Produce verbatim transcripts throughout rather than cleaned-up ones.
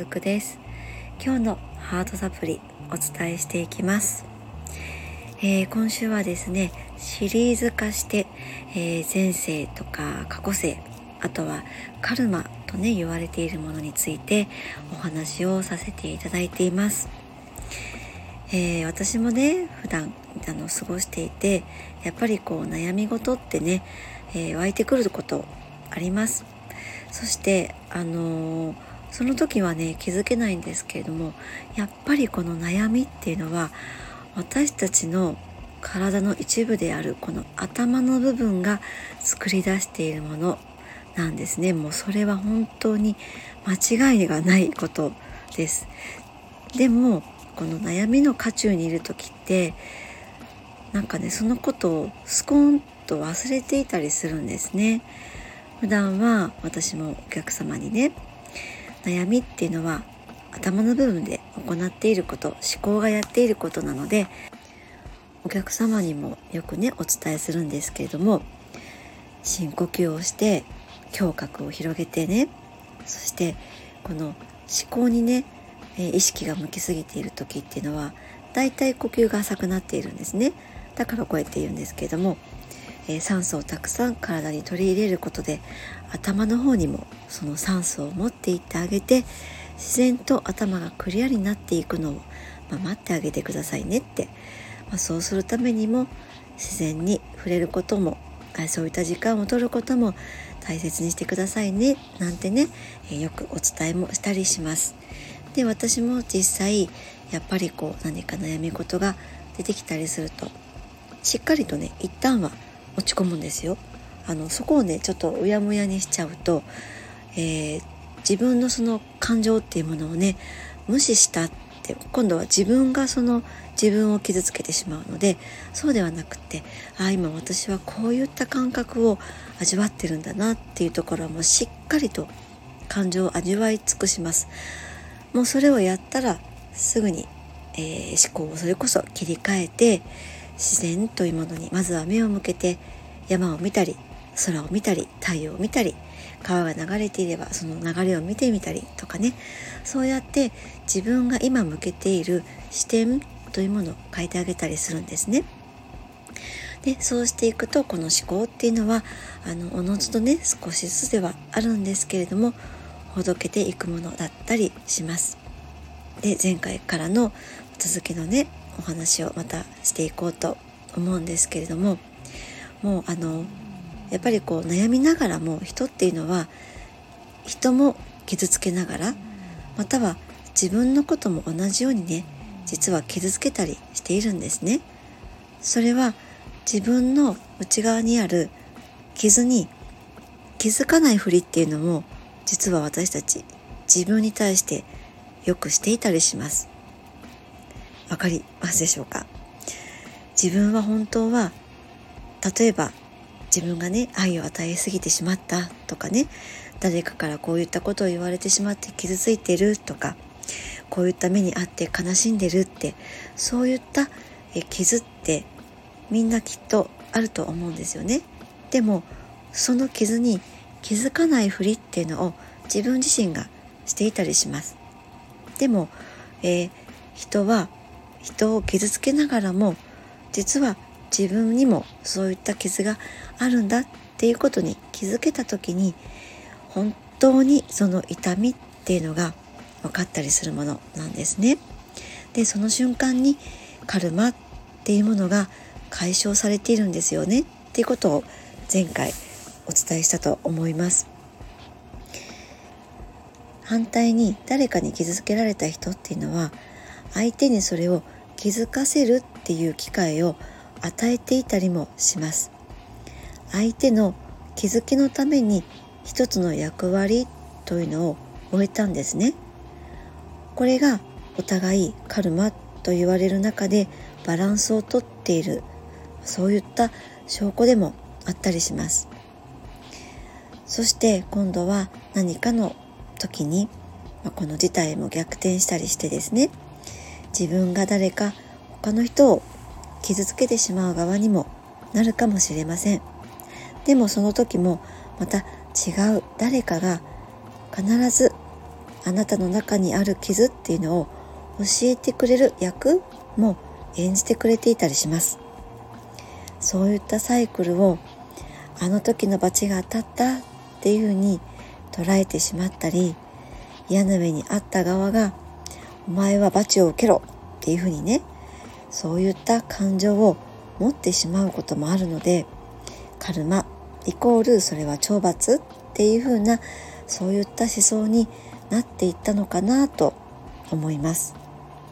鈴子です。今日のハートサプリお伝えしていきます。えー、今週はですね、シリーズ化して、えー、前世とか過去世、あとはカルマとね言われているものについてお話をさせていただいています。えー、私もね普段あの過ごしていて、やっぱりこう悩み事ってね、えー、湧いてくることあります。そしてあのー、その時はね気づけないんですけれども、やっぱりこの悩みっていうのは私たちの体の一部であるこの頭の部分が作り出しているものなんですね。もうそれは本当に間違いがないことです。でもこの悩みの渦中にいる時ってなんかねそのことをスコーンと忘れていたりするんですね。普段は私もお客様にね、悩みっていうのは頭の部分で行っていること、思考がやっていることなので、お客様にもよくねお伝えするんですけれども、深呼吸をして胸郭を広げてね、そしてこの思考にね意識が向きすぎている時っていうのはだいたい呼吸が浅くなっているんですね。だからこうやって言うんですけれども、えー、酸素をたくさん体に取り入れることで頭の方にもその酸素を持っていってあげて、自然と頭がクリアになっていくのを、まあ、待ってあげてくださいねって、まあ、そうするためにも自然に触れることも、そういった時間を取ることも大切にしてくださいねなんてね、えー、よくお伝えもしたりします。で、私も実際やっぱりこう何か悩み事が出てきたりするとしっかりとね一旦は落ち込むんですよ。あのそこをねちょっとうやむやにしちゃうと、えー、自分のその感情っていうものをね無視したって今度は自分がその自分を傷つけてしまうので、そうではなくて、あ今私はこういった感覚を味わってるんだなっていうところはもうしっかりと感情を味わい尽くします。もうそれをやったらすぐに、えー、思考をそれこそ切り替えて、自然というものにまずは目を向けて、山を見たり空を見たり太陽を見たり、川が流れていればその流れを見てみたりとかね、そうやって自分が今向けている視点というものを変えてあげたりするんですね。でそうしていくとこの思考っていうのはあのおのずとね少しずつではあるんですけれどもほどけていくものだったりします。で前回からの続きのねお話をまたしていこうと思うんですけれども、もうあのやっぱりこう悩みながらも人っていうのは人も傷つけながら、または自分のことも同じようにね実は傷つけたりしているんですね。それは自分の内側にある傷に気づかないふりっていうのも実は私たち自分に対してよくしていたりします。わかりますでしょうか？自分は本当は例えば自分がね愛を与えすぎてしまったとかね、誰かからこういったことを言われてしまって傷ついてるとか、こういった目にあって悲しんでるって、そういったえ傷ってみんなきっとあると思うんですよね。でもその傷に気づかないふりっていうのを自分自身がしていたりします。でも、えー、人は人を傷つけながらも実は自分にもそういった傷があるんだっていうことに気づけた時に本当にその痛みっていうのが分かったりするものなんですね。でその瞬間にカルマっていうものが解消されているんですよねっていうことを前回お伝えしたと思います。反対に誰かに傷つけられた人っていうのは相手にそれを気づかせるっていう機会を与えていたりもします。相手の気づきのために一つの役割というのを終えたんですね。これがお互いカルマと言われる中でバランスをとっている、そういった証拠でもあったりします。そして今度は何かの時に、この事態も逆転したりしてですね、自分が誰か他の人を傷つけてしまう側にもなるかもしれません。でもその時もまた違う誰かが必ずあなたの中にある傷っていうのを教えてくれる役も演じてくれていたりします。そういったサイクルをあの時の罰が当たったっていうふうに捉えてしまったり、嫌な目にあった側がお前は罰を受けろっていうふうにね、そういった感情を持ってしまうこともあるので、カルマイコールそれは懲罰っていうふうな、そういった思想になっていったのかなと思います。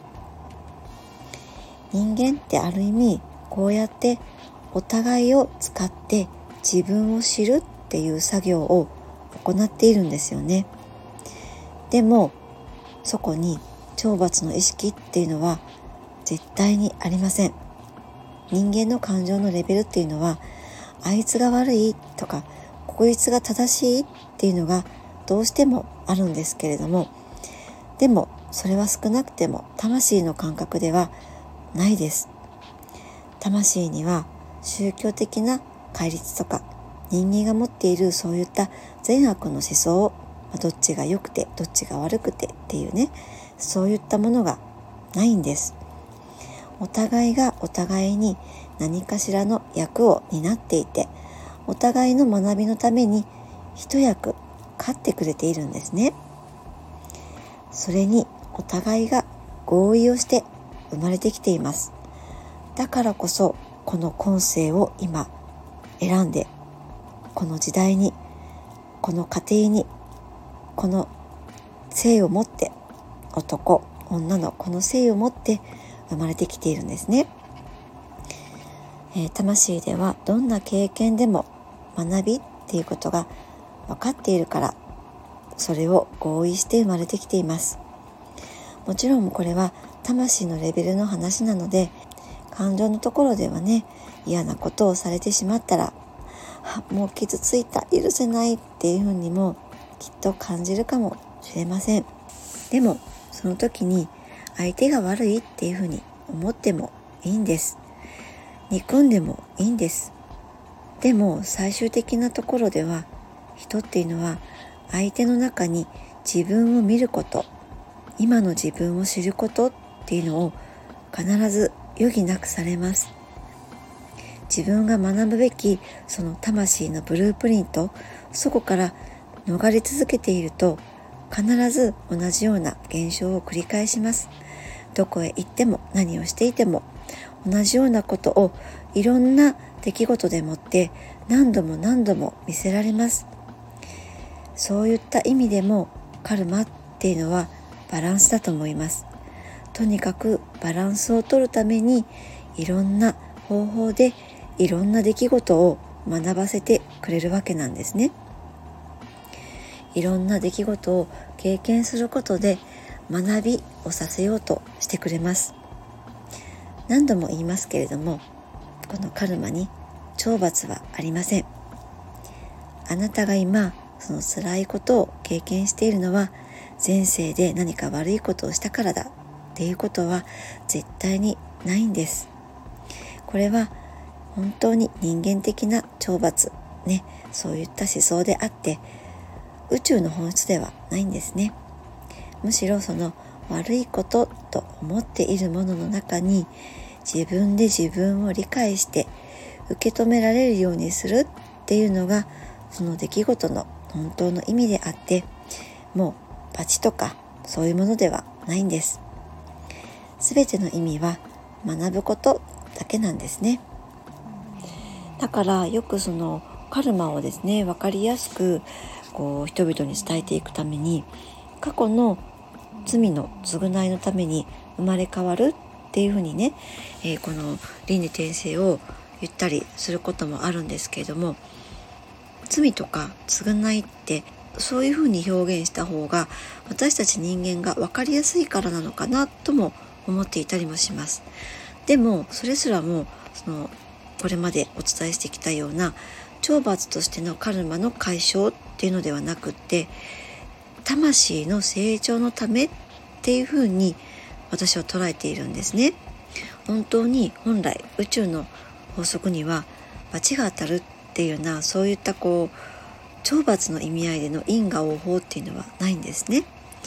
人間ってある意味こうやってお互いを使って自分を知るっていう作業を行っているんですよね。でもそこに懲罰の意識っていうのは絶対にありません。人間の感情のレベルっていうのは、あいつが悪いとかこいつが正しいっていうのがどうしてもあるんですけれども、でもそれは少なくても魂の感覚ではないです。魂には宗教的な戒律とか人間が持っているそういった善悪の思想を、どっちが良くてどっちが悪くてっていうね、そういったものがないんです。お互いがお互いに何かしらの役を担っていて、お互いの学びのために一役買ってくれているんですね。それにお互いが合意をして生まれてきています。だからこそこの今世を今選んで、この時代に、この家庭に、この性を持って、男女のこの性を持って生まれてきているんですね。えー、魂ではどんな経験でも学びっていうことが分かっているから、それを合意して生まれてきています。もちろんこれは魂のレベルの話なので、感情のところではね、嫌なことをされてしまったら、もう傷ついた、許せないっていうふうにもきっと感じるかもしれません。でもその時に相手が悪いっていうふうに思ってもいいんです。憎んでもいいんです。でも最終的なところでは、人っていうのは相手の中に自分を見ること、今の自分を知ることっていうのを必ず余儀なくされます。自分が学ぶべきその魂のブループリント、そこから逃れ続けていると、必ず同じような現象を繰り返します。どこへ行っても何をしていても同じようなことをいろんな出来事でもって何度も何度も見せられます。そういった意味でもカルマっていうのはバランスだと思います。とにかくバランスを取るために、いろんな方法でいろんな出来事を学ばせてくれるわけなんですね。いろんな出来事を経験することで学びをさせようとしてくれます。何度も言いますけれども、このカルマに懲罰はありません。あなたが今その辛いことを経験しているのは、前世で何か悪いことをしたからだっていうことは絶対にないんです。これは本当に人間的な懲罰ね、そういった思想であって、宇宙の本質ではないんですね。むしろその悪いことと思っているものの中に、自分で自分を理解して受け止められるようにするっていうのが、その出来事の本当の意味であって、もう罰とかそういうものではないんです。すべての意味は学ぶことだけなんですね。だからよくそのカルマをですね、分かりやすくこう人々に伝えていくために、過去の罪の償いのために生まれ変わるっていうふうにね、えー、この輪廻転生を言ったりすることもあるんですけれども、罪とか償いってそういうふうに表現した方が私たち人間が分かりやすいからなのかなとも思っていたりもします。でもそれすらもそのこれまでお伝えしてきたような懲罰としてのカルマの解消っていうのではなくって、魂の成長のためっていうふうに私は捉えているんですね。本当に本来宇宙の法則には罰が当たるっていうような、そういったこう懲罰の意味合いでの因果応報っていうのはないんですね。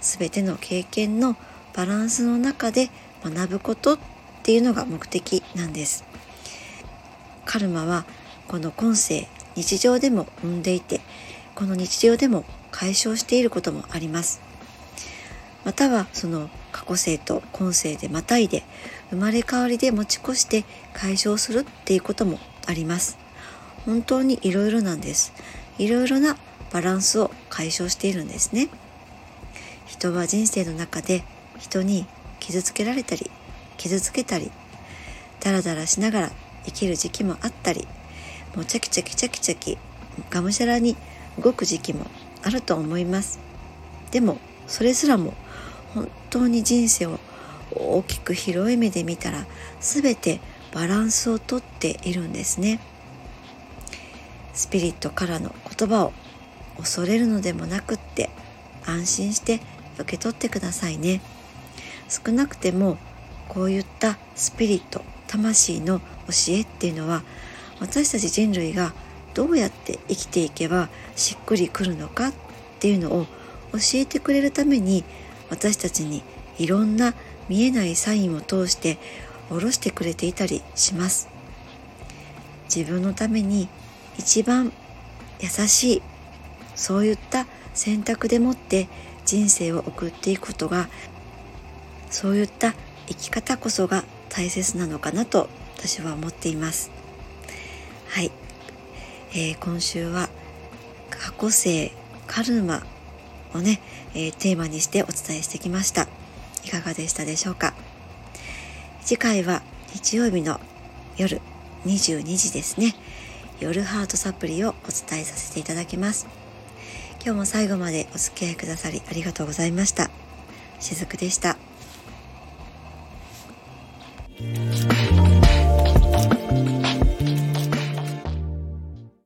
全ての経験のバランスの中で学ぶことっていうのが目的なんです。カルマはこの今世日常でも生んでいて、この日常でも解消していることもあります。またはその過去世と今世でまたいで生まれ変わりで持ち越して解消するっていうこともあります。本当にいろいろなんです。いろいろなバランスを解消しているんですね。人は人生の中で人に傷つけられたり傷つけたりダラダラしながら生きる時期もあったり、もうチャキチャキチャキチャキがむしゃらに動く時期もあると思います。でもそれすらも本当に人生を大きく広い目で見たら全てバランスをとっているんですね。スピリットからの言葉を恐れるのでもなくって安心して受け取ってくださいね。少なくてもこういったスピリット、魂の教えっていうのは私たち人類がどうやって生きていけばしっくりくるのかっていうのを教えてくれるために、私たちにいろんな見えないサインを通して下ろしてくれていたりします。自分のために一番優しい、そういった選択でもって人生を送っていくことが、そういった生き方こそが大切なのかなと私は思っています。はい、えー、今週は過去世カルマをね、えー、テーマにしてお伝えしてきました。いかがでしたでしょうか。次回は日曜日の夜にじゅうにじですね。夜ハートサプリをお伝えさせていただきます。今日も最後までお付き合いくださりありがとうございました。しずくでした。